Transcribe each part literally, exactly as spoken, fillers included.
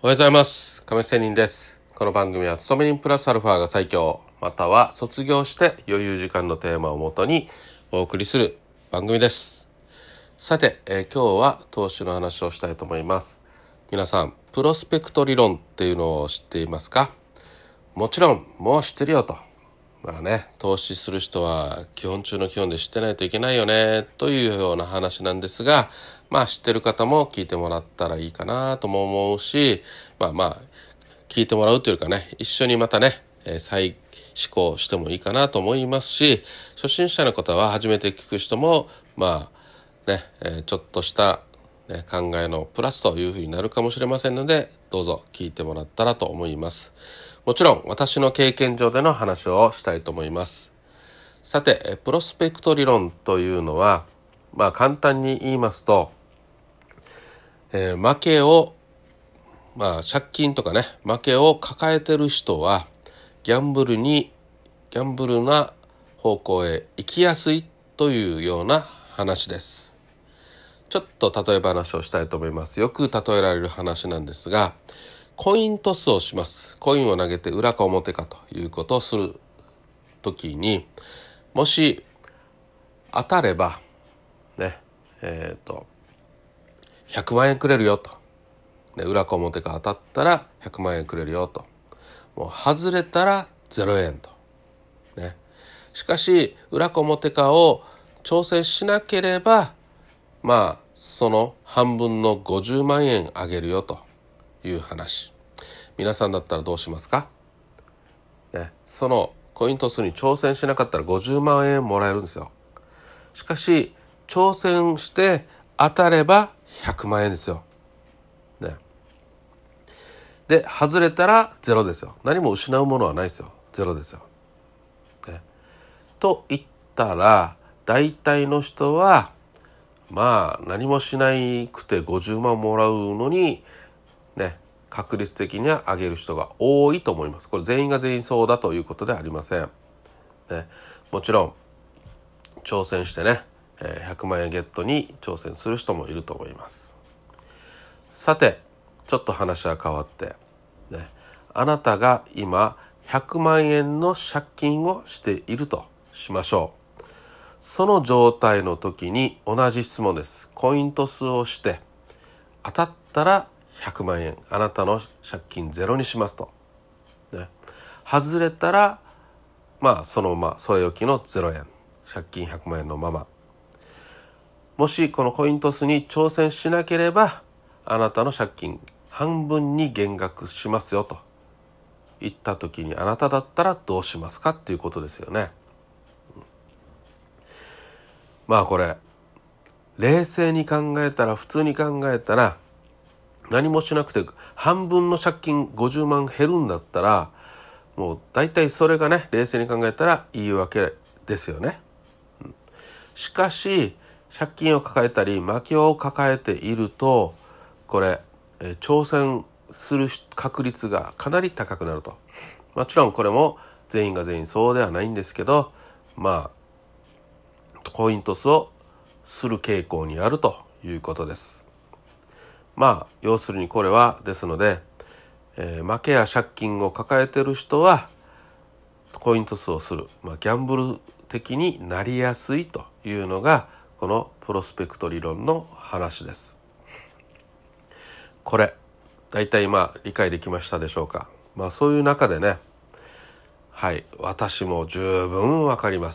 おはようございます。亀仙人です。この番組は勤め人プラスアルファが最強、または卒業して余裕時間のテーマをもとにお送りする番組です。さて、えー、今日は投資の話をしたいと思います。皆さん、プロスペクト理論っていうのを知っていますか？もちろんもう知ってるよと。まあね、投資する人は基本中の基本で知ってないといけないよねというような話なんですが、まあ知ってる方も聞いてもらったらいいかなとも思うし、まあまあ聞いてもらうというかね、一緒にまたね、えー、再思考してもいいかなと思いますし、初心者の方は初めて聞く人もまあね、えー、ちょっとした、ね、考えのプラスというふうになるかもしれませんので、どうぞ聞いてもらったらと思います。もちろん私の経験上での話をしたいと思います。さて、プロスペクト理論というのは、まあ簡単に言いますと、えー、負けを、まあ借金とかね、負けを抱えてる人は、ギャンブルに、ギャンブルな方向へ行きやすいというような話です。ちょっと例え話をしたいと思います。よく例えられる話なんですが、コイントスをします。コインを投げて裏か表かということをするときに、もし当たればね、えっとひゃくまんえんくれるよと、ね、裏か表か当たったらひゃくまんえんくれるよと、もう外れたらゼロえんとね。しかし裏か表かを調整しなければ、まあその半分のごじゅうまんえんあげるよという話。皆さんだったらどうしますか？ね、そのコイントスに挑戦しなかったらごじゅうまんえんもらえるんですよ。しかし挑戦して当たればひゃくまんえんですよ。ね。で外れたらゼロですよ。何も失うものはないですよ。ゼロですよ。ね。と言ったら大体の人はまあ何もしないくてごじゅうまんもらうのにね、確率的には上げる人が多いと思います。これ全員が全員そうだということではありません。ね、もちろん挑戦してね、ひゃくまんえんゲットに挑戦する人もいると思います。さて、ちょっと話は変わって、ね、あなたが今ひゃくまんえんの借金をしているとしましょう。その状態の時に同じ質問です。コイントスをして当たったらひゃくまんえん、あなたの借金ゼロにしますと、ね、外れたらまあそのまま添え置きのゼロえん、借金ひゃくまんえんのまま。もしこのコイントスに挑戦しなければあなたの借金半分に減額しますよと言った時に、あなただったらどうしますかっていうことですよね。うん、まあこれ冷静に考えたら、普通に考えたら、何もしなくて半分の借金ごじゅうまん減るんだったら、もう大体それがね、冷静に考えたらいいわけですよね。うん、しかし借金を抱えたり負けを抱えていると、これ、えー、挑戦する確率がかなり高くなると。もちろんこれも全員が全員そうではないんですけど、まあコイントスをする傾向にあるということです。まあ要するにこれはですので、えー、負けや借金を抱えている人はコイントスをする、まあ、ギャンブル的になりやすいというのがこのプロスペクト理論の話です。これ大体まあ理解できましたでしょうか？まあそういう中でね、はい、私も十分わかります。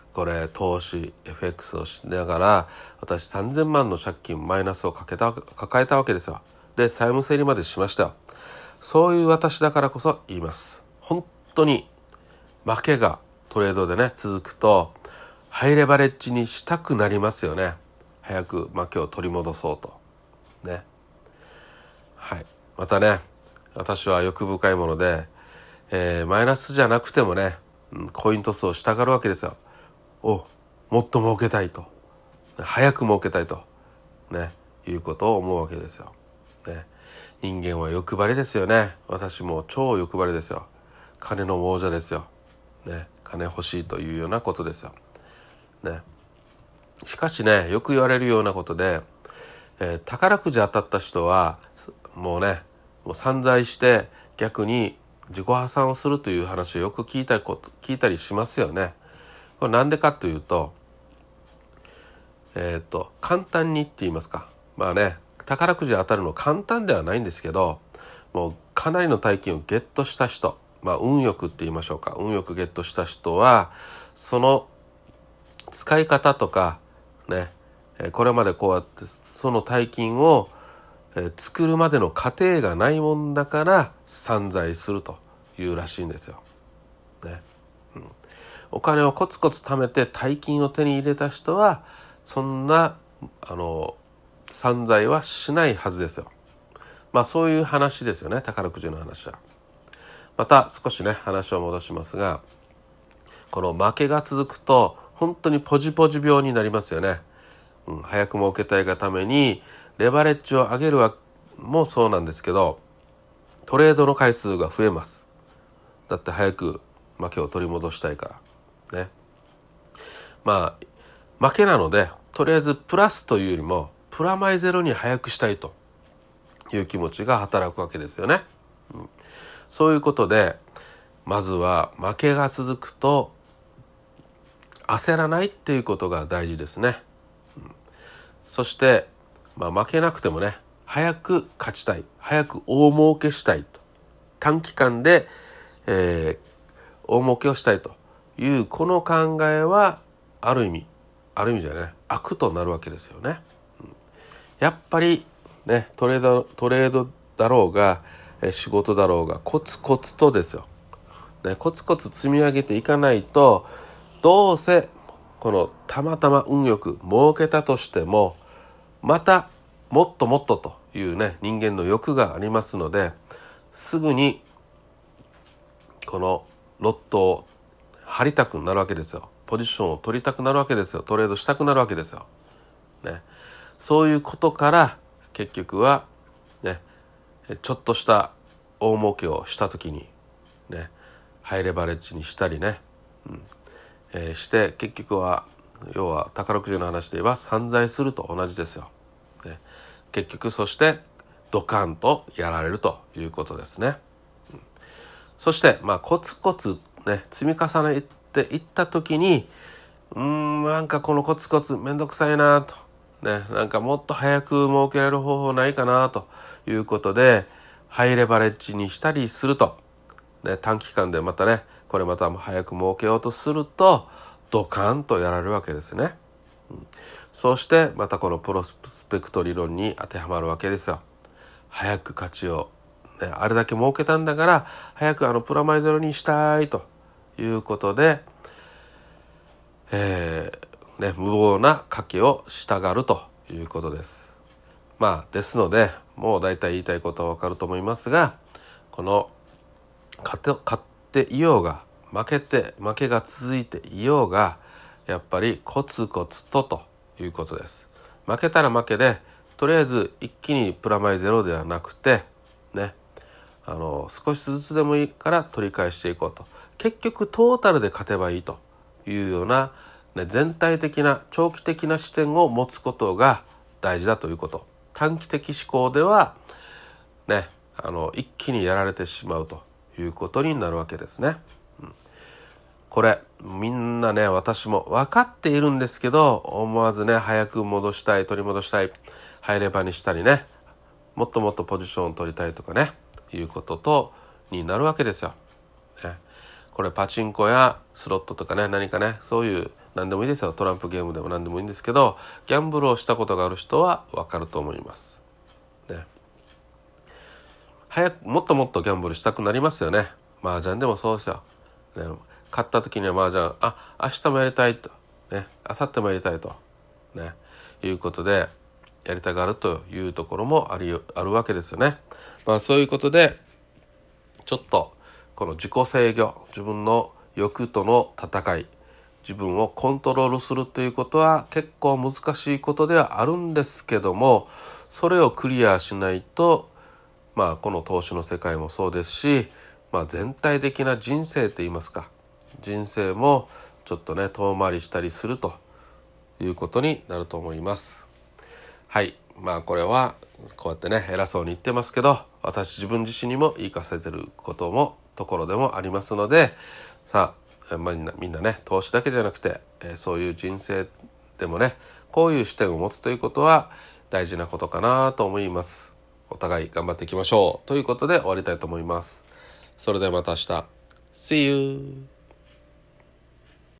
これ投資 エフエックス をしながら私さんぜんまんの借金マイナスをかけた抱えたわけですよ。で債務整理までしましたよ。そういう私だからこそ言います。本当に負けがトレードでね続くとハイレバレッジにしたくなりますよね。早く負けを取り戻そうとね。はい、またね、私は欲深いもので、えー、マイナスじゃなくてもね、コイントスをしたがるわけですよ。お、もっと儲けたいと、早く儲けたいとね、いうことを思うわけですよ。ね、人間は欲張りですよね。私も超欲張りですよ。金の亡者ですよ。ね、金欲しいというようなことですよ。ね、しかしね、よく言われるようなことで、えー、宝くじ当たった人はもうね、 もう散財して逆に自己破産をするという話をよく聞いたりこと聞いたりしますよね。これなんでかというと、えっと簡単にって言いますか、まあね、宝くじ当たるの簡単ではないんですけど、もうかなりの大金をゲットした人、まあ運よくって言いましょうか、運よくゲットした人はその使い方とかね、これまでこうやってその大金を作るまでの過程がないもんだから散財するというらしいんですよ。ね、うん、お金をコツコツ貯めて大金を手に入れた人はそんなあの散財はしないはずですよ。まあそういう話ですよね、宝くじの話は。また少しね話を戻しますが、この負けが続くと本当にポジポジ病になりますよね。うん、早く儲けたいがためにレバレッジを上げるはもそうなんですけど、トレードの回数が増えます。だって早く負けを取り戻したいからね。まあ負けなのでとりあえずプラスというよりもプラマイゼロに早くしたいという気持ちが働くわけですよね。うん、そういうことでまずは負けが続くと焦らないっていうことが大事ですね。うん、そして、まあ、負けなくてもね、早く勝ちたい、早く大儲けしたいと、短期間で、えー、大儲けをしたいというこの考えはある意味ある意味じゃね悪となるわけですよね。うん、やっぱりねトレードトレードだろうが仕事だろうがコツコツとですよ、ね、コツコツ積み上げていかないと、どうせこのたまたま運よく儲けたとしてもまたもっともっとというね人間の欲がありますので、すぐにこのロットを張りたくなるわけですよ。ポジションを取りたくなるわけですよ。トレードしたくなるわけですよ。ね、そういうことから結局はねちょっとした大儲けをした時にねハイレバレッジにしたりね、うんえー、して結局は要は宝くじの話で言えば散財すると同じですよ。ね、結局そしてドカンとやられるということですね。うん、そしてまあコツコツね積み重ねていった時にうーんなんかこのコツコツめんどくさいなとね、なんかもっと早く儲けられる方法ないかなということでハイレバレッジにしたりすると、ね、短期間でまたねこれまた早く儲けようとするとドカンとやられるわけですね。うん、そうしてまたこのプロスペクト理論に当てはまるわけですよ。早く価値を、ね、あれだけ儲けたんだから早くあのプラマイゼロにしたいということで、えーね、無謀な賭けをしたがるということです。まあですのでもう大体言いたいことはわかると思いますが、この勝って勝っていようが負けて負けが続いていようがやっぱりコツコツとということです。負けたら負けでとりあえず一気にプラマイゼロではなくてね、あの少しずつでもいいから取り返していこうと、結局トータルで勝てばいいというような、ね、全体的な長期的な視点を持つことが大事だということ。短期的思考ではねあの一気にやられてしまうということになるわけですね。うん、これみんなね私も分かっているんですけど、思わずね早く戻したい取り戻したいハイレバにしたりね、もっともっとポジションを取りたいとかねいうこととになるわけですよ。ね、これパチンコやスロットとかね何かねそういう何でもいいですよ。トランプゲームでも何でもいいんですけど、ギャンブルをしたことがある人は分かると思います。ね、早くもっともっとギャンブルしたくなりますよね。麻雀でもそうですよ。ね、勝った時には麻雀あ明日もやりたいとね、明後日もやりたいとねいうことでやりたがるというところもありあるわけですよね。まあそういうことでちょっとこの自己制御、自分の欲との戦い、自分をコントロールするということは結構難しいことではあるんですけども、それをクリアしないとまあこの投資の世界もそうですし、まあ、全体的な人生といいますか人生もちょっとね遠回りしたりするということになると思います。はい、まあこれはこうやってね偉そうに言ってますけど、 私自分自身にも言い聞かせてることもところでもありますので、さあみんなみんなね、投資だけじゃなくて、えー、そういう人生でもね、こういう視点を持つということは大事なことかなと思います。お互い頑張っていきましょうということで終わりたいと思います。それではまた明日。See you!